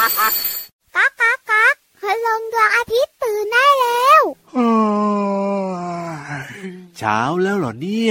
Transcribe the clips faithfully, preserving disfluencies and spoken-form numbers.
ก๊ากก๊ากก๊ากคืนลงดวงอาทิตย์ตื่นได้แล้วเช้าแล้วเหรอเนี่ย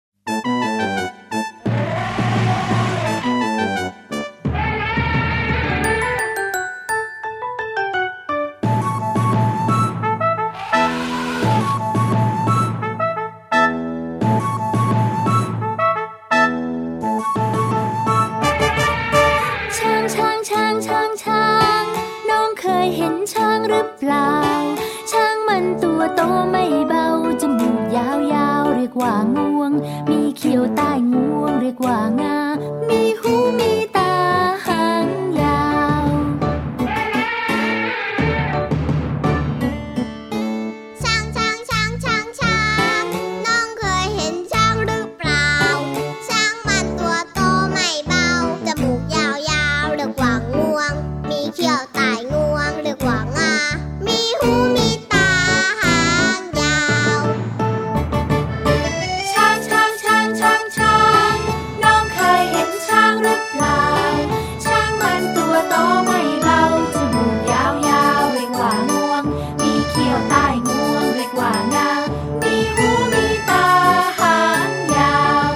ช้างมันตัวโตไม่เบาจมูกยาวๆเรียกว่างวงมีเขียวใต้งวงเรียกว่างามีหูมีตาหางยาวช้างช้างช้างช้างช้างน้องเคยเห็นช้างหรือเปล่าช้างมันตัวโตไม่เบาจมูกยาวๆเรียกว่างวงมีเขียวใต้งวงเรียกว่างามีหูมีตาหางยาวช้างช้างช้างช้างช้างน้องเคยเห็นช้างหรือเปล่าช้างมันตัวโตไม่เบาจมูกยาวๆเรียกว่างวงมีเขียวใต้งวงเรียกว่างามีหูมีตาหางยาว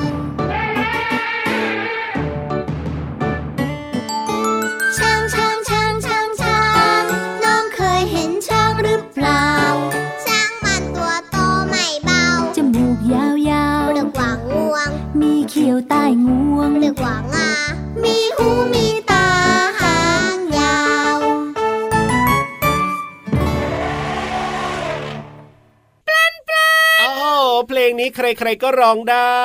ช้างช้างช้างช้างช้างน้องเคยเห็นช้างหรือเปล่าช้างมันตัวโตไม่เบาจมูกยาวๆเรียกว่างวงมีเขียวใต้งวงเรียกว่างามีหูมีตาหางยาวโอ้เพลงนี้ใครๆก็ร้องได้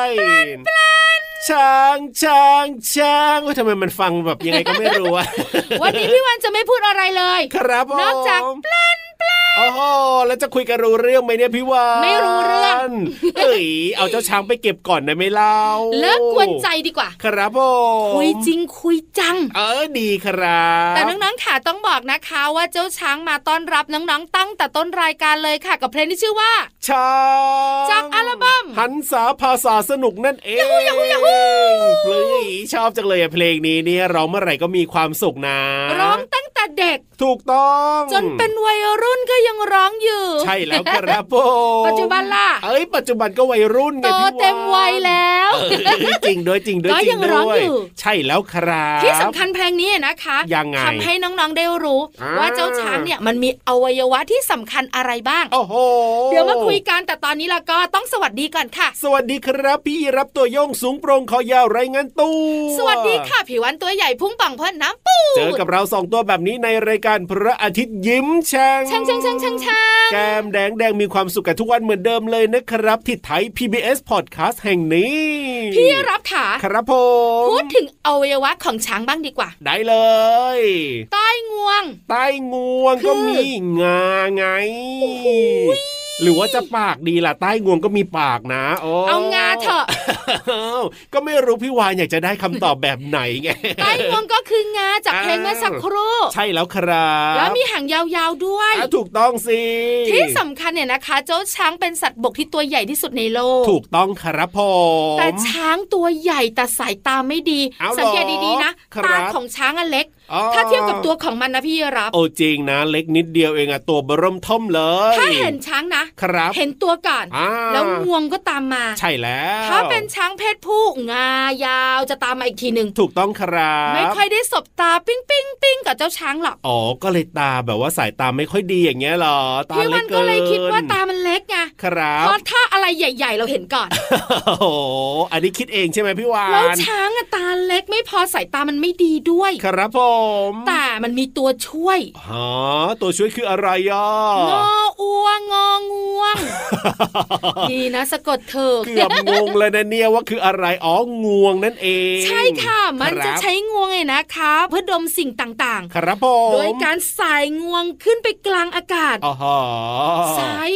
ช้างช้างช้างว่าทำไมมันฟังแบบยังไงก็ไม่รู้วันนี้พี่วันจะไม่พูดอะไรเลยครับนอกจากปลันปลันโอ้โหแล้วจะคุยกันรู้เรื่องไหมเนี่ยพี่วานไม่รู้เรื่องเอ้ยเอาเจ้าช้างไปเก็บก่อนได้ไหมเล่าเลิกกวนใจดีกว่าครับผมคุยจริงคุยจังเออดีครับแต่น้องๆค่ะต้องบอกนะคะว่าเจ้าช้างมาต้อนรับน้องๆตั้งแต่ต้นรายการเลยค่ะกับเพลงที่ชื่อว่าช้างจากอัลบั้มหันษาภาษาสนุกนั่นเองยูยูยูยูเพลงชอบจังเลยเพลงนี้เนี่ยร้องเมื่อไหร่ก็มีความสุขนะร้องตั้งแต่เด็กถูกต้องจนเป็นวัยรุ่นก็ยังร้องอยู่ใช่แล้วครับผมปัจจุบันล่ะเอ้ยปัจจุบันก็วัยรุ่นไงพี่วานโตเต็มวัยแล้วจริงด้วยจริงด้วยก็ยังร้องอยู่ใช่แล้วครับที่สำคัญเพลงนี้นะคะยังไงทำให้น้องๆได้รู้ว่าเจ้าช้างเนี่ยมันมีอวัยวะที่สำคัญอะไรบ้างโอ้โหเดี๋ยวมาคุยกันแต่ตอนนี้เราก็ต้องสวัสดีก่อนค่ะสวัสดีครับพี่รับตัวโยงสูงโปร่งคอยาวรายงานตู้สวัสดีค่ะผิววันตัวใหญ่พุ่งป่องพ่นน้ำปูเจอกับเราสองตัวแบบนี้ในรายการพระอาทิตย์ยิ้มแฉ่งช่างช่างช่างช่างช่างแก้มแดงแดงมีความสุขกันทุกวันเหมือนเดิมเลยนะครับที่ไทย พี บี เอส Podcast แห่งนี้พี่รับค่ะครับผมพูดถึงอวัยวะของช้างบ้างดีกว่าได้เลยใต้งวงใต้งวงก็มีงาไงหรือว่าจะปากดีล่ะใต้งวงก็มีปากนะโอ้เอางาเถอะก็ไม่รู้พี่วานอยากจะได้คำตอบแบบไหนไงใต้งวงก็คืองาจากเพลงเมื่อสักครู่ใช่แล้วครับแล้วมีหางยาวๆด้วยถูกต้องสิที่สำคัญเนี่ยนะคะเจ้าช้างเป็นสัตว์บกที่ตัวใหญ่ที่สุดในโลกถูกต้องครับผมแต่ช้างตัวใหญ่แต่สายตาไม่ดีสังเกตดีๆนะตาของช้างอันเล็กถ้าเทียบกับตัวของมันนะพี่รับโอ้จริงนะเล็กนิดเดียวเองอะตัวเบิ่มท่อมเลยถ้าเห็นช้างนะครับเห็นตัวก่อนแล้วงวงก็ตามมาใช่แล้วถ้าเป็นช้างเพศผู้งายาวจะตามมาอีกทีนึงถูกต้องครับไม่ค่อยได้สบตาปิ้งปิ้งปิ้งกับเจ้าช้างหรอกอ๋อก็เลยตาแบบว่าสายตาไม่ค่อยดีอย่างเงี้ยหรอตาเล็กเกินพี่วันก็เลยคิดว่าตามันเล็กไงครับเพราะถ้าอะไรใหญ่ๆเราเห็นก่อนโอ้โหอันนี้คิดเองใช่ไหมพี่วานแล้วช้างตาเล็กไม่พอสายตามันไม่ดีด้วยครับผมแต่มันมีตัวช่วยอ๋อตัวช่วยคืออะไรอ่ะงออัวงองวงดีนะสะกดเธอเกือบงงเลยนะเนี่ยว่าคืออะไรอ๋องวงนั่นเองใช่ค่ะมันจะใช้งวงไงนะคะเพื่อดมสิ่งต่างๆครับผมโดยการสายงวงขึ้นไปกลางอากาศอ๋อซ้ายมีอะไร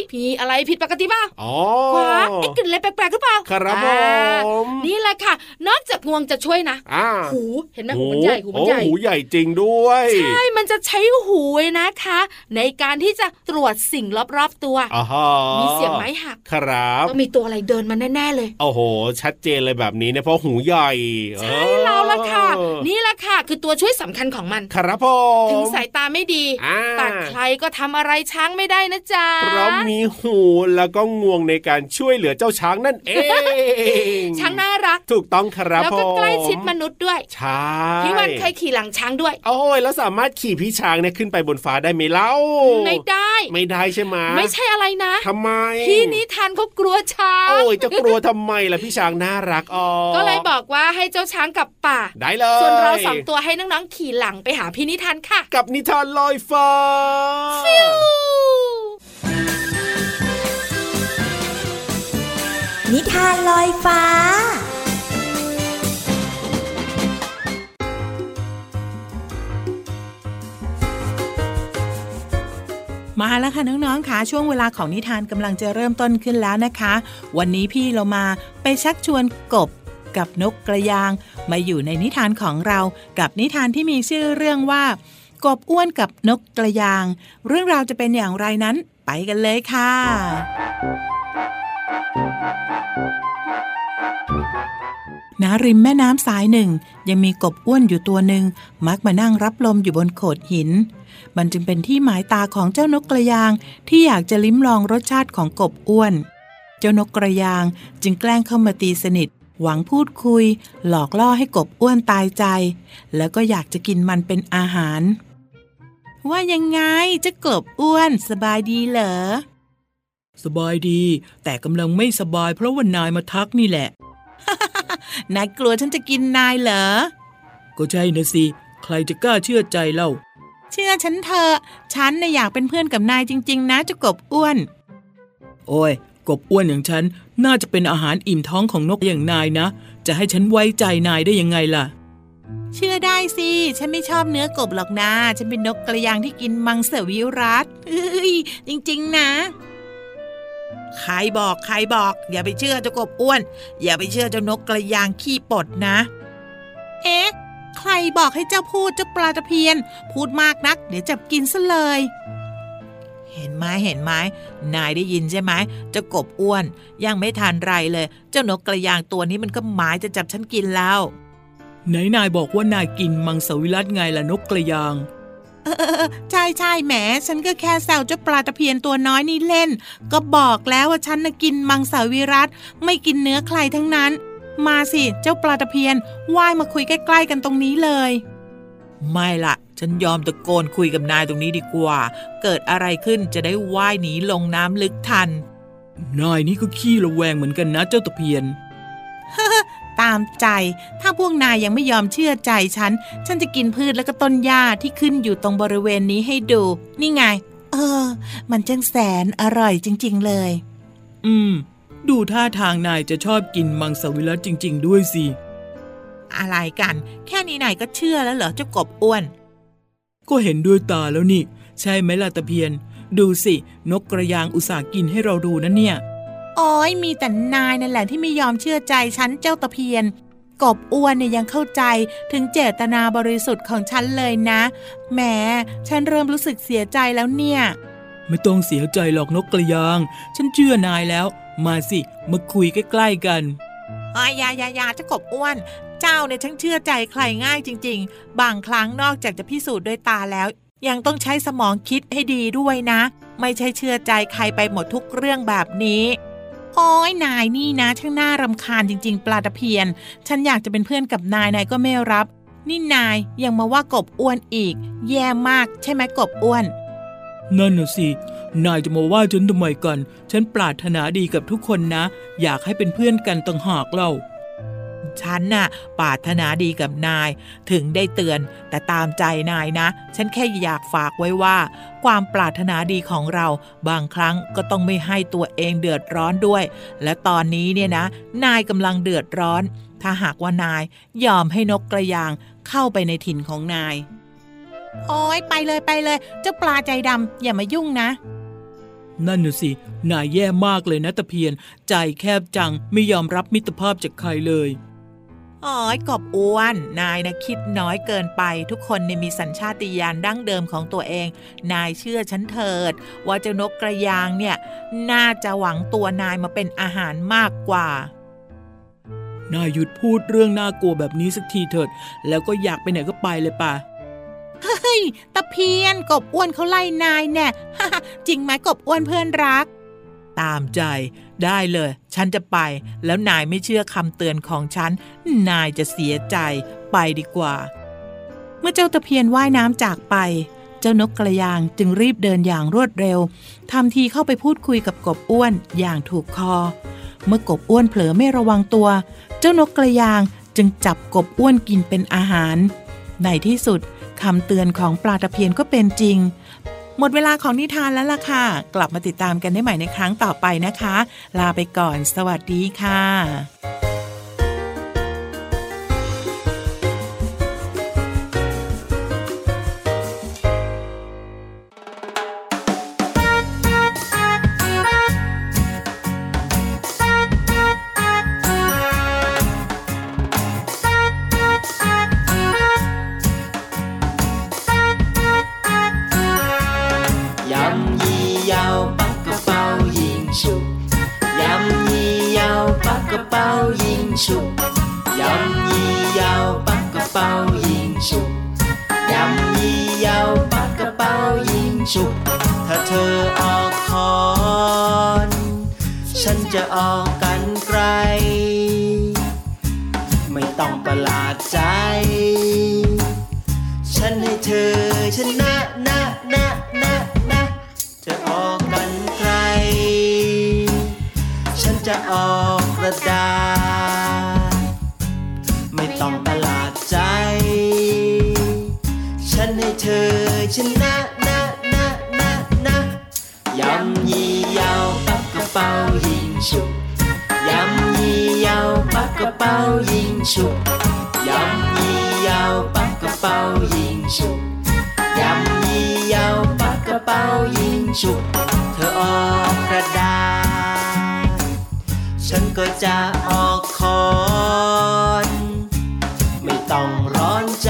อะไรผิดปกติบ้างอ๋อขวาไอ้กลิ่นอะไรแปลกๆหรือเปล่าครับผมนี่แหละค่ะนอกจากงวงจะช่วยนะหูเห็นไหมหูมันใหญ่หูมันใหญ่หูใหญ่จริงด้วยใช่มันจะใช้หูนะคะในการที่จะตรวจสิ่งรอบๆตัวมีเสียงไม้หักครับต้องมีตัวอะไรเดินมาแน่ๆเลยโอ้โหชัดเจนเลยแบบนี้เนี่ยเพราะหูใหญ่ใช่แล้วล่ะค่ะนี่แหละค่ะคือตัวช่วยสำคัญของมันครับผมถึงสายตาไม่ดีแต่ใครก็ทำอะไรช้างไม่ได้นะจ๊ะเพราะมีหูแล้วก็งวงในการช่วยเหลือเจ้าช้างนั่นเองช้างน่ารักถูกต้องครับแล้วก็ใกล้ชิดมนุษย์ด้วยใช่พี่วันเคยขี่หลังช้างด้วยโอ้ยแล้วสามารถขี่พี่ช้างเนี่ยขึ้นไปบนฟ้าได้ไหมเล่าไม่ได้ไม่ได้ใช่ไหมไม่ใช่อะไรนะทำไมพี่นิทานเขากลัวช้างโอ้ยจะกลัวทำไมล่ะพี่ช้างน่ารักอ๋อก็เลยบอกว่าให้เจ้าช้างกับป่าได้เลยส่วนเราสองตัวให้น้องๆขี่หลังไปหาพี่นิทานค่ะกับนิทานลอยฟ้านิทานลอยฟ้ามาแล้วค่ะน้องๆค่ะช่วงเวลาของนิทานกำลังจะเริ่มต้นขึ้นแล้วนะคะวันนี้พี่เรามาไปชักชวนกบกับนกกระยางมาอยู่ในนิทานของเรากับนิทานที่มีชื่อเรื่องว่ากบอ้วนกับนกกระยางเรื่องราวจะเป็นอย่างไรนั้นไปกันเลยค่ะณริมแม่น้ำสายหนึ่งยังมีกบอ้วนอยู่ตัวหนึ่งมักมานั่งรับลมอยู่บนโขดหินมันจึงเป็นที่หมายตาของเจ้านกกระยางที่อยากจะลิ้มลองรสชาติของกบอ้วนเจ้านกกระยางจึงแกล้งเข้ามาตีสนิทหวังพูดคุยหลอกล่อให้กบอ้วนตายใจแล้วก็อยากจะกินมันเป็นอาหารว่ายังไงเจ้ากบอ้วนสบายดีเหรอสบายดีแต่กำลังไม่สบายเพราะว่านายมาทักนี่แหละนายกลัวฉันจะกินนายเหรอก็ใช่นะสิใครจะกล้าเชื่อใจเล่าเชื่อฉันเถอะฉันน่ะอยากเป็นเพื่อนกับนายจริงๆนะเจ้ากบอ้วนโอ้ยกบอ้วนอย่างฉันน่าจะเป็นอาหารอิ่มท้องของนกอย่างนายนะจะให้ฉันไว้ใจนายได้ยังไงล่ะเชื่อได้สิฉันไม่ชอบเนื้อกบหรอกนะฉันเป็นนกกระยางที่กินมังสวิรัติเฮ้ยจริงๆนะใครบอกใครบอกอย่าไปเชื่อเจ้ากบอ้วนอย่าไปเชื่อเจ้านกกระยางขี้ปดนะเอ๊ะใครบอกให้เจ้าพูดเจ้าปลาตะเพียนพูดมากนักเดี๋ยวจับกินซะเลยเห็นไหมเห็นไหมนายได้ยินใช่ไหมเจ้ากบอ้วนยังไม่ทันไรเลยเจ้านกกระยางตัวนี้มันก็หมายจะจับฉันกินแล้วไหนนายบอกว่านายกินมังสวิรัติไงล่ะนกกระยางเออใช่ใช่แหมฉันก็แค่แซวเจ้าปลาตะเพียนตัวน้อยนี่เล่นก็บอกแล้วว่าฉันน่ะกินมังสวิรัติไม่กินเนื้อใครทั้งนั้นมาสิเจ้าปลาตะเพียนว่ายมาคุยใกล้ๆกันตรงนี้เลยไม่ล่ะฉันยอมตะโกนคุยกับนายตรงนี้ดีกว่าเกิดอะไรขึ้นจะได้ว่ายหนีลงน้ำลึกทันนายนี่ก็ขี้ระแวงเหมือนกันนะเจ้าตะเพียนตามใจถ้าพวกนายยังไม่ยอมเชื่อใจฉันฉันจะกินพืชและก็ต้นหญ้าที่ขึ้นอยู่ตรงบริเวณนี้ให้ดูนี่ไงเออมันจังแสนอร่อยจริงๆเลยอืมดูท่าทางนายจะชอบกินมังสวิรัติจริงๆด้วยสิอะไรกันแค่นี้นายก็เชื่อแล้วเหรอเจ้ากบอ้วนก็เห็นด้วยตาแล้วนี่ใช่ไหมล่ะตะเพียนดูสินกกระยางอุตส่าห์กินให้เราดูนะเนี่ยโอ้ยมีแต่นายนั่นแหละที่ไม่ยอมเชื่อใจฉันเจ้าตะเพียนกบอ้วนเนี่ยยังเข้าใจถึงเจตนาบริสุทธิ์ของฉันเลยนะแหมฉันเริ่มรู้สึกเสียใจแล้วเนี่ยไม่ต้องเสียใจหรอกนกกระยางฉันเชื่อนายแล้วมาสิมาคุยใกล้ๆกันอ๋อยายายาเจ้ากบอ้วนเจ้าเนี่ยฉันเชื่อใจใครง่ายจริงๆบางครั้งนอกจากจะพิสูจน์ด้วยตาแล้วยังต้องใช้สมองคิดให้ดีด้วยนะไม่ใช่เชื่อใจใครไปหมดทุกเรื่องแบบนี้โอ้ยนายนี่นะช่างน่ารำคาญจริงๆปลาตะเพียนฉันอยากจะเป็นเพื่อนกับนายนายก็ไม่รับนี่นายยังมาว่ากบอ้วนอีกแย่มากใช่ไหมกบอ้วนนั่นน่ะสินายจะมาว่าฉันทำไมกันฉันปรารถนาดีกับทุกคนนะอยากให้เป็นเพื่อนกันต่างหากเล่าฉันน่ะปรารถนาดีกับนายถึงได้เตือนแต่ตามใจนายนะฉันแค่อยากฝากไว้ว่าความปรารถนาดีของเราบางครั้งก็ต้องไม่ให้ตัวเองเดือดร้อนด้วยและตอนนี้เนี่ยนะนายกำลังเดือดร้อนถ้าหากว่านายยอมให้นกกระยางเข้าไปในถิ่นของนายโอ้ยไปเลยไปเลยเจ้าปลาใจดำอย่ามายุ่งนะนั่นน่ะสินายแย่มากเลยนะตะเพียนใจแคบจังไม่ยอมรับมิตรภาพจากใครเลยอ๋อกบอ้วนนายนะคิดน้อยเกินไปทุกคนเนี่ยมีสัญชาตญาณดั้งเดิมของตัวเองนายเชื่อฉันเถิดว่าเจ้านกกระยางเนี่ยน่าจะหวังตัวนายมาเป็นอาหารมากกว่านายหยุดพูดเรื่องน่ากลัวแบบนี้สักทีเถิดแล้วก็อยากไปไหนก็ไปเลยป่ะเฮ้ยตะเพียนกบอ้วนเขาไล่นายแน่จริงไหมกบอ้วนเพื่อนรักตามใจได้เลยฉันจะไปแล้วนายไม่เชื่อคำเตือนของฉันนายจะเสียใจไปดีกว่าเมื่อเจ้าตะเพียนว่ายน้ำจากไปเจ้านกกระยางจึงรีบเดินอย่างรวดเร็วทำทีเข้าไปพูดคุยกับกบอ้วนอย่างถูกคอเมื่อกบอ้วนเผลอไม่ระวังตัวเจ้านกกระยางจึงจับกบอ้วนกินเป็นอาหารในที่สุดคำเตือนของปลาตะเพียนก็เป็นจริงหมดเวลาของนิทานแล้วล่ะค่ะกลับมาติดตามกันได้ใหม่ในครั้งต่อไปนะคะลาไปก่อนสวัสดีค่ะถ้าเธอออกคอนฉันจะออกกันไกลไม่ต้องประหลาดใจฉันให้เธอชนะนะนะนะนะจะออกกันไกลฉันจะออกกระดาษไม่ต้องประหลาดใจฉันให้เธอชนะนะนะนะนะยำยี่ยาวปักกระเป๋ายิงฉุบยำยี่ยาวปักกระเป๋ายิงฉุบยำยี่ยาวปักกระเป๋ายิงฉุบยำยี่ยาวปักกระเป๋ายิงฉุบเธอออกกระดาษฉันก็จะออกคอนไม่ต้องร้อนใจ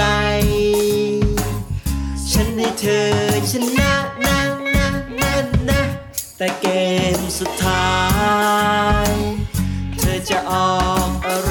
ฉันให้เธอชนะนะนะนะนะแต่เกมสุดท้ายเธอจะออกอะไร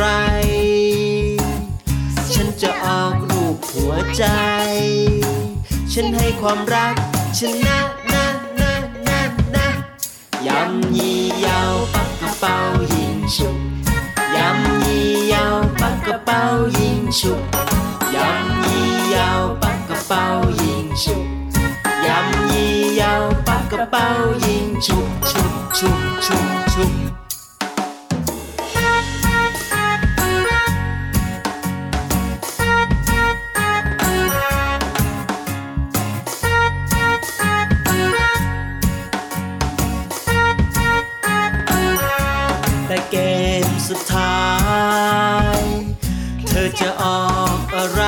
ฉันจะออกรูปหัวใจฉันให้ความรักชนะนะนะนะนะยำยี่ยาวปักกระเป๋ายิงฉุบยำยี่ยาวปักกระเป๋ายิงฉุบยำยี่ยาวปักกระเป๋ายิงฉุบยำยี่ยาวปักกระเป๋ายิงฉุบฉุบฉุบฉุบฉุบแต่เกมสุดท้ายเธอจะออกอะไร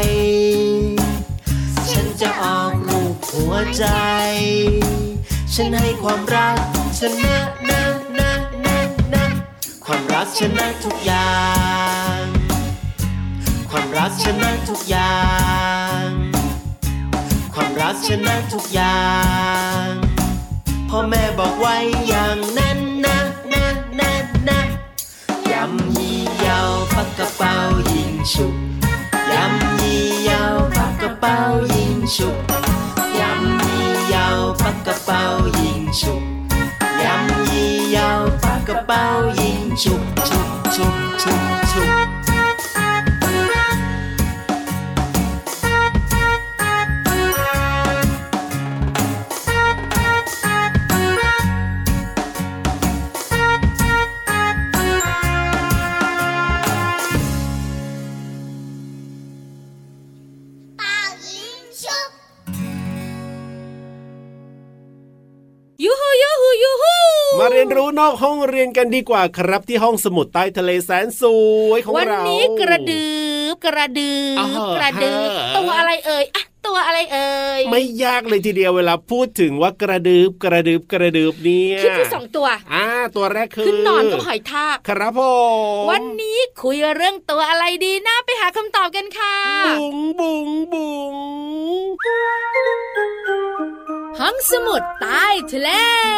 ฉันจะออกรูปหัวใจฉันให้ความรักชนะนะนะนะนะความรักชนะทุกอย่างความรักชนะทุกอย่างความรักชนะทุกอย่างพ่อแม่บอกไว้อย่างนั้นนะนะนะนะยำยี่ยาวปักกระเป๋ายิงฉุบยำยี่ยาวปักกระเป๋ายิงฉุบยำยี่ยาวปักกระเป๋ายิงฉุบยำยี่ยาวปักกระเป๋ายิงฉุบฉุบฉุบฉุบฉุบมาเรียนรู้นอกห้องเรียนกันดีกว่าครับที่ห้องสมุดใต้ทะเลแสนสวยของเราวันนี้กระดืบกระดืบกระดืบตัวอะไรเอ่ยอะตัวตัวอะไรเอ่ยไม่ยากเลยทีเดียวเวลาพูดถึงว่ากระดึบกระดึบกระดึบเนี่ยคิดที่สองตัวอ่าตัวแรกคือขึ้นนอนกับหอยทากครับผมวันนี้คุยเรื่องตัวอะไรดีน่าไปหาคำตอบกันค่ะบุ๋งบุ๋งบุ๋งห้องสมุดใต้ทะเล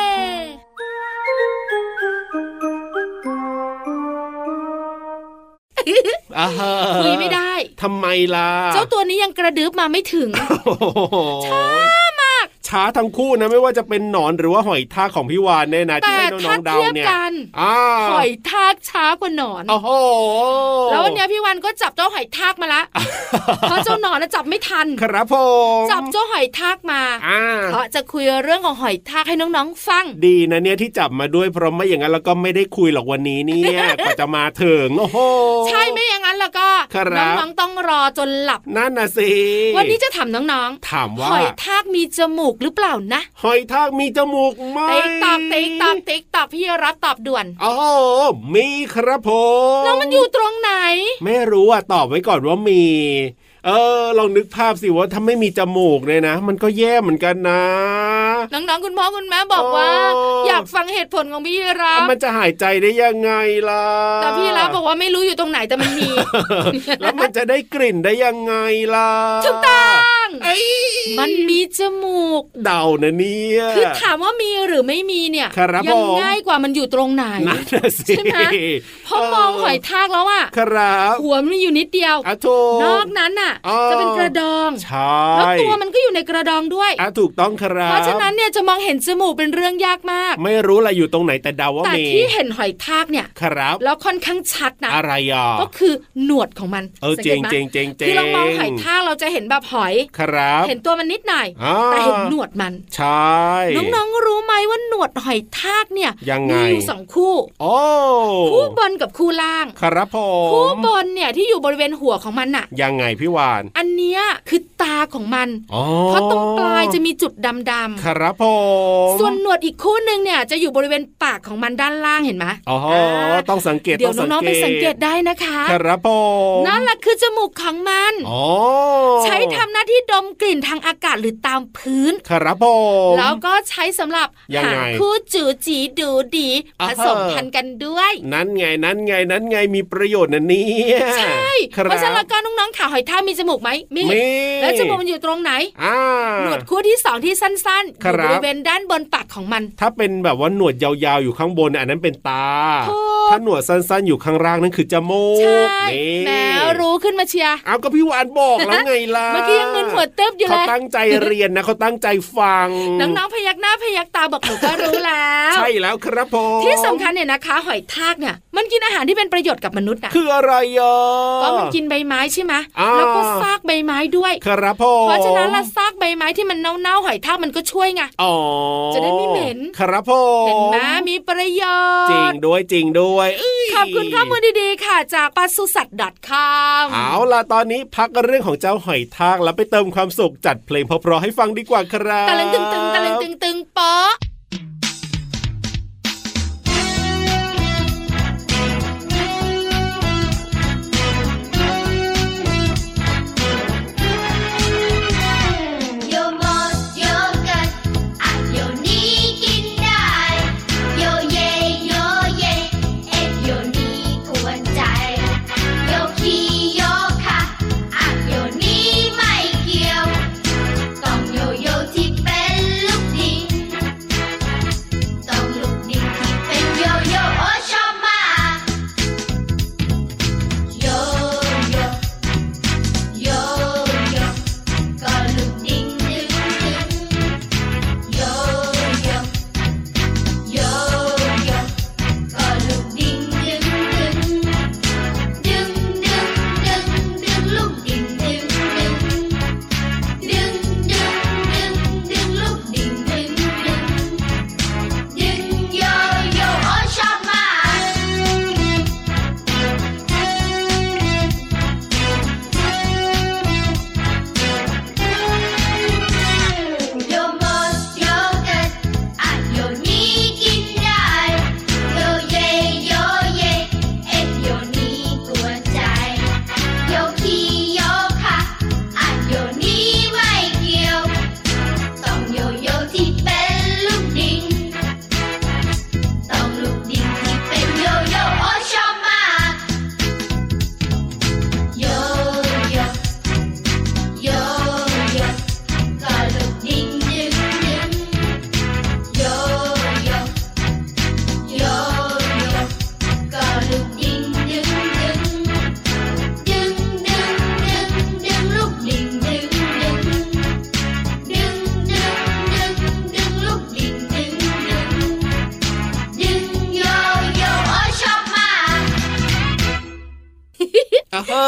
คุยไม่ได้ทำไมล่ะเจ้าตัวนี้ยังกระดึ๊บมาไม่ถึงช้ามากช้าทั้งคู่นะไม่ว่าจะเป็นหนอนหรือว่าหอยทากของพี่วานเนี่ยนะที่ให้น้องๆเดาเนี่ยหอยทากช้ากว่าหนอนโอ้โหแล้ววันนี้พี่วานก็จับเจ้าหอยทากมาละเพราะเจ้าหนอนจับไม่ทันครับผมจับเจ้าหอยทากมาเพราะจะคุยเรื่องของหอยทากให้น้องๆฟังดีนะเนี่ยที่จับมาด้วยเพราะไม่อย่างนั้นเราก็ไม่ได้คุยหรอกวันนี้เนี่ยกว่าจะมาถึงโอ้โหใช่ไม่อย่างนั้นแล้วก็น้องๆต้องรอจนหลับนั่นน่ะสิวันนี้จะถามน้องๆถามว่าหอยทากมีจมูกหรือเปล่านะหอยทากมีจมูกไหมติ๊กตอกติ๊กตอกติ๊กตอกพี่รับตอบด่วนอ๋อมีครับผมแล้วมันอยู่ตรงไหนไม่รู้อ่ะตอบไว้ก่อนว่ามีเออลองนึกภาพสิว่าถ้าไม่มีจมูกเนี่ยนะมันก็แย่เหมือนกันนะน้องๆคุณพ่อคุณแม่บอกว่าอยากฟังเหตุผลของพี่รับมันจะหายใจได้ยังไงล่ะแต่พี่รับบอกว่าไม่รู้อยู่ตรงไหนแต่มันมีแล้วมันจะได้กลิ่นได้ยังไงล่ะถูกต้องมันมีจมูกเดานะเนี่ยคือถามว่ามีหรือไม่มีเนี่ยยังง่ายกว่ามันอยู่ตรงไหนใช่ไหมพอมองหอยทากแล้วอ่ะหัวมันอยู่นิดเดียวนอกนั้นอ่ะจะเป็นกระดองใช่แล้วตัวมันก็อยู่ในกระดองด้วยอ่ะถูกต้องครับเพราะฉะนั้นเนี่ยจะมองเห็นจมูกเป็นเรื่องยากมากไม่รู้อะไรอยู่ตรงไหนแต่เดาว่ามีแต่ที่เห็นหอยทากเนี่ยครับแล้วค่อนข้างชัดนะอะไรอ่ะก็คือหนวดของมันเออเจ๋งเจ๋งเจ๋งคือเรามองหอยทากเราจะเห็นแบบหอยครับเห็นตัวมันนิดหน่อยแต่เห็นหนวดมันใช่น้องๆรู้ไหมว่าหนวดหอยทากเนี่ยมีอยู่สองคู่โอ้คู่บนกับคู่ล่างครับผมคู่บนเนี่ยที่อยู่บริเวณหัวของมันน่ะยังไงพี่วานอันเนี้ยคือตาของมันเพราะตรงปลายจะมีจุดดำๆครับผมส่วนหนวดอีกคู่นึงเนี่ยจะอยู่บริเวณปากของมันด้านล่างเห็นไหมอ๋อต้องสังเกตเดี๋ยวน้องๆไปสังเกตได้นะคะครับผมนั่นแหละคือจมูกของมันใช้ทำหน้าที่ดมกลิ่นทางอากาศหรือตามพื้นครับผมแล้วก็ใช้สำหรับหาคู่จู๋จีดูดีผสมพันธุ์กันด้วยนั่นไงนั่นไงนั่นไงมีประโยชน์นะเนี่ยใช่เพราะฉะนั้นแล้วก็น้องๆข่าวหอยทากมีจมูกไหมมีแล้วจมูกมันอยู่ตรงไหนหนวดคู่ที่สองที่สั้นๆอยู่บริเวณด้านบนปากของมันถ้าเป็นแบบว่าหนวดยาวๆอยู่ข้างบนอันนั้นเป็นตาถ้าหนวดสั้นๆอยู่ข้างล่างนั่นคือจมูกใช่แม่รู้ขึ้นมาเชียร์เอาก็พี่วานบอกแล้วไงล่ะเมื่อกี้ยังมึนหัวเติบอยู่เลยเขาตั้งใจเรียนนะเขาตั้งใจฟังน้องๆพยักหน้าพยักตาบอกหนูก็รู้แล้วใช่แล้วครับผมที่สำคัญเนี่ยนะคะหอยทากเนี่ยมันกินอาหารที่เป็นประโยชน์กับมนุษย์นะคืออะไรอ่ะก็มันกินใบไม้ใช่ไหมแล้วก็ซากใบไม้ด้วยครับผมเพราะฉะนั้นละซากใบไม้ที่มันเน่าๆหอยทากมันก็ช่วยไงจะได้ไม่เหม็นครับผมเห็นไหมมีประโยชน์จริงด้วยจริงด้วยขอบคุณข้อมูลดีๆค่ะจากปศุสัตว์ .com เอาล่ะตอนนี้พักเรื่องของเจ้าหอยทากแล้วไปเติมความสุขจัดเพลงเพราะๆให้ฟังดีกว่าครับตะลึงตึงตึงตะลึงตึงตึงโป๊ะโ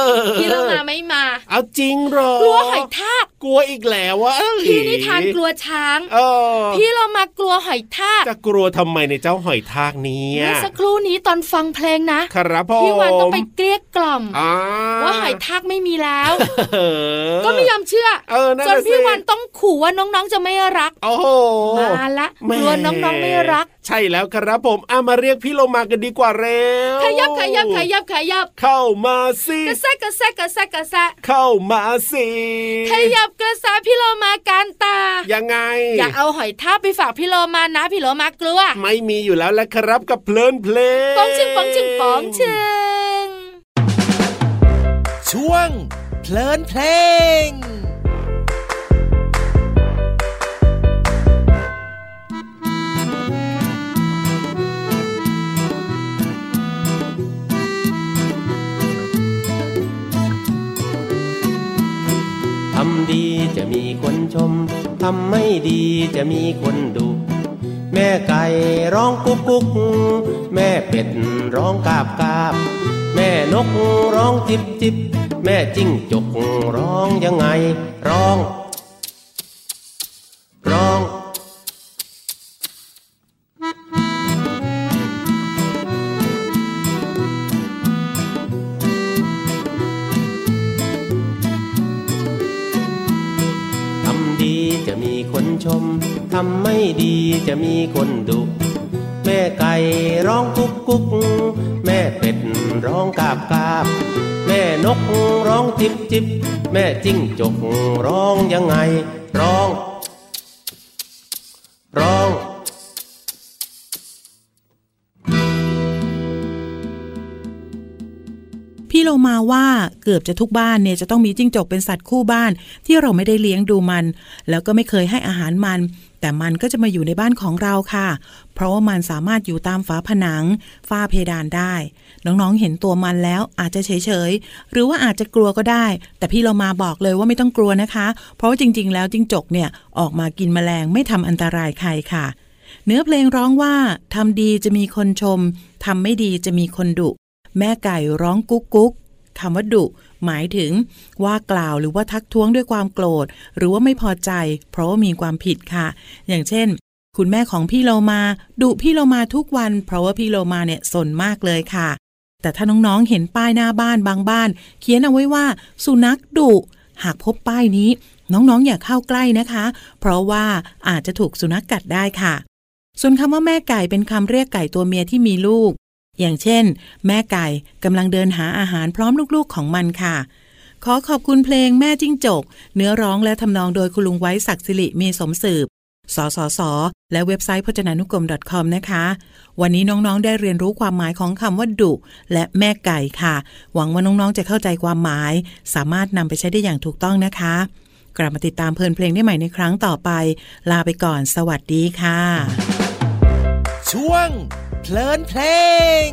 พี่เรามาไม่มาเอาจริงหรอกลัวหอยทากกลัวอีกแล้ววะพี่นิทานกลัวช้างพี่เรามากลัวหอยทากจะกลัวทำไมในเจ้าหอยทากนี้เมื่อสักครู่นี้ตอนฟังเพลงนะครับผมพี่วันต้องไปเกลี้ยกล่อมว่าหอยทากไม่มีแล้วก็ไม่ยอมเชื่อจนพี่วันต้องขู่ว่าน้องๆจะไม่รักมาละกลัวน้องๆไม่รักใช่แล้วครับผมเอามาเรียกพี่โลมากันดีกว่าเร็วขยับขยับขยับขยับเข้ามาสิกระแซกระแซกระแซกระแซเข้ามาสิขยับกระแซพี่โลมาการตายังไงอย่าเอาหอยทากไปฝากพี่โลมานะพี่โลมากลัวไม่มีอยู่แล้วแหละครับกับเพลินเพลงปองชึงปองชึงปองชึงช่วงเพลินเพลงทำดีจะมีคนชมทำไม่ดีจะมีคนดุแม่ไก่ร้องกุ๊กกุ๊กแม่เป็ดร้องกาบกาบแม่นกร้องจิบจิบแม่จิ้งจกร้องยังไงร้องร้องจะมีคนชมทำไม่ดีจะมีคนดุแม่ไก่ร้องกุ๊กกุ๊กแม่เป็ดร้องกาบกาบแม่นกร้องจิบจิบแม่จิ้งจกร้องยังไงร้องร้องพี่โลมาว่าเกือบจะทุกบ้านเนี่ยจะต้องมีจิ้งจกเป็นสัตว์คู่บ้านที่เราไม่ได้เลี้ยงดูมันแล้วก็ไม่เคยให้อาหารมันแต่มันก็จะมาอยู่ในบ้านของเราค่ะเพราะว่ามันสามารถอยู่ตามฝาผนังฝ้าเพดานได้น้องๆเห็นตัวมันแล้วอาจจะเฉยๆหรือว่าอาจจะกลัวก็ได้แต่พี่โลมาบอกเลยว่าไม่ต้องกลัวนะคะเพราะว่าจริงๆแล้วจิ้งจกเนี่ยออกมากินแมลงไม่ทำอันตรายใครค่ะเนื้อเพลงร้องว่าทำดีจะมีคนชมทำไม่ดีจะมีคนดุแม่ไก่ร้องกุ๊กกุ๊กคำว่าดุหมายถึงว่ากล่าวหรือว่าทักท้วงด้วยความโกรธหรือว่าไม่พอใจเพราะว่ามีความผิดค่ะอย่างเช่นคุณแม่ของพี่โลมาดุพี่โลมาทุกวันเพราะว่าพี่โลมาเนี่ยสนมากเลยค่ะแต่ถ้าน้องๆเห็นป้ายหน้าบ้านบางบ้านเขียนเอาไว้ว่าสุนัขดุหากพบป้ายนี้น้องๆอย่าเข้าใกล้นะคะเพราะว่าอาจจะถูกสุนัขกัดได้ค่ะส่วนคำว่าแม่ไก่เป็นคำเรียกไก่ตัวเมียที่มีลูกอย่างเช่นแม่ไก่กำลังเดินหาอาหารพร้อมลูกๆของมันค่ะขอขอบคุณเพลงแม่จิ้งจกเนื้อร้องและทำนองโดยคุณลุงไว้ศักดิ์สิริมีสมสืบสสสและเว็บไซต์พจนานุกรม .com นะคะวันนี้น้องๆได้เรียนรู้ความหมายของคำว่าดุและแม่ไก่ค่ะหวังว่าน้องๆจะเข้าใจความหมายสามารถนำไปใช้ได้อย่างถูกต้องนะคะกลับมาติดตามเพลินเพลงได้ใหม่ในครั้งต่อไปลาไปก่อนสวัสดีค่ะช่วงเพลินเพลง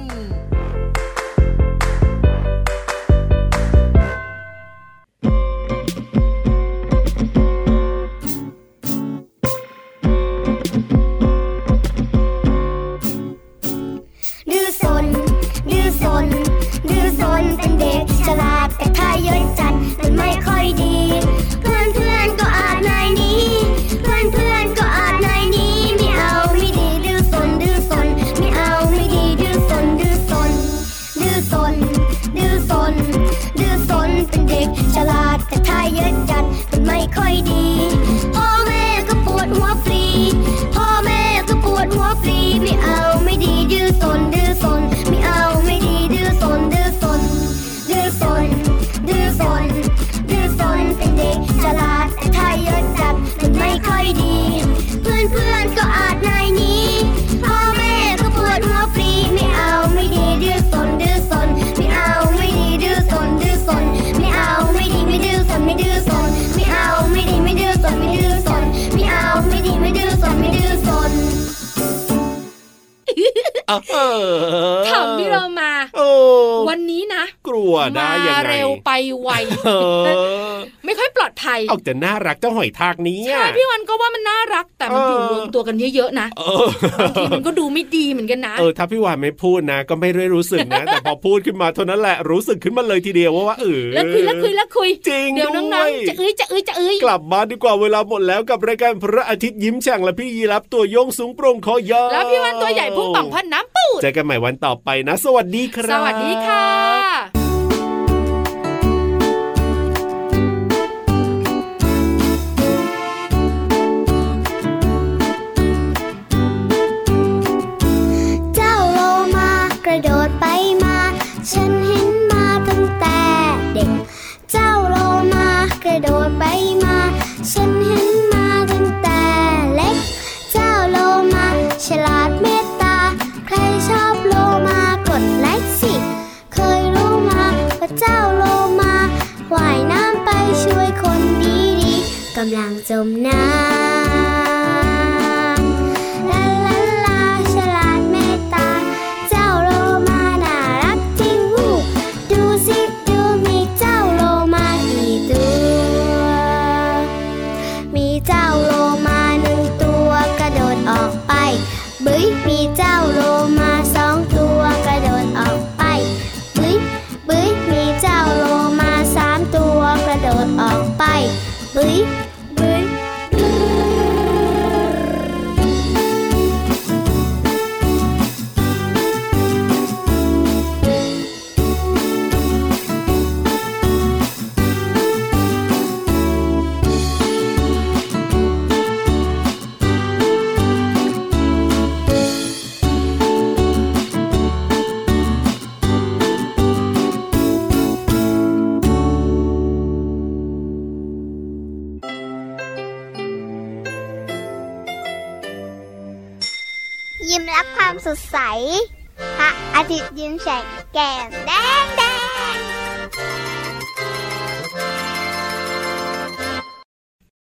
ดื้อซนดื้อซนดื้อซนเป็นเด็กฉลาดแต่ถ้าเยอะจัดมันไม่ค่อยดีเพื่อนเพื่อนก็อาจนายนี้เพื่อนเพื่อนก็อาจนายนี้ไม่เอาไม่ดีดื้อซนดื้อซนไม่เอาไม่ดีดื้อซนดื้อซนดื้อซนดื้อซนดื้อซนเป็นเด็กฉลาดแต่ถ้าเยอะจัดมันไม่ค่อยดีพ่อแม่ก็ปวดหัวฟรีพ่อแม่ก็ปวดหัวฟรีไม่เอาไม่ดีดื้อซนดื้อซนไม่เอาไม่ดีดื้อซนดื้อซนดื้อซนดื้อซนดื้อซนเป็นเด็กฉลาดแต่ถ้าเยอะจัดมันไม่ค่อยดีเพื่อนเพื่อนก็อาจนายนี้พ่อแม่ก็ปวดหัวฟรีไม่เอาไม่ดีดื้อซนดื้อซนไม่เอาไม่ดีดื้อซนดื้อซนไม่เอาไม่ดีไม่ดื้อซนไม่ดื้อซนไม่เอาไม่ดีไม่ดื้อซนไม่ดื้อซนไม่เอาไม่ดีไม่ดื้อซนไม่ดื้อซนถามพี่เรามาวันนี้นะากลัวได้ยังไงมาเร็วไปไวไม่ค่อยปลอดภัยเอาแต่น่ารักเจ้าหอยทากนี้ใช่พี่วันก็ว่ามันน่ารักแต่มันอยู่รวมตัวกันเยอะๆนะบางทีมันก็ดูไม่ดีเหมือนกันนะเออถ้าพี่วันไม่พูดนะก็ไม่ได้รู้สึกนะแต่พอพูดขึ้นมาเท่านั้นแหละรู้สึกขึ้นมาเลยทีเดียวว่าว่าเออแล้วคุยแล้วคุยแล้วคุยจริงเดี๋ยวน้องๆจะเอ้ยจะเอ้ยจะเอ้ยกลับบ้านดีกว่าเวลาหมดแล้วกับรายการพระอาทิตย์ยิ้มแฉ่งและพี่ยีรับตัวโยงสูงโปร่งคอยาวแล้วพี่วันตัวใหญ่พุ่งป่องพันน้ำปูดเจอกันใหม่วันต่อไปนะสวัสดีครับสวัสดีค่ะโดดไปมาฉันเห็นมาตั้งแต่เด็กเจ้าโลมากระโดดไปมาฉันเห็นมาตั้งแต่เล็กเจ้าโลมาฉลาดเมตตาใครชอบโลมากดไลค์สิเคยรู้มาว่าเจ้าโลมาว่ายน้ำไปช่วยคนดีๆกำลังจมน้ำมีเจ้าโลมาสองตัวกระโดดออกไปบึ้ยบึ้ยมีเจ้าโลมาสามตัวกระโดดออกไปบึ้ยบึ้ยยิ้มรับความสดใสพระอาทิตย์ยิ้มแฉกแก้มแดงแด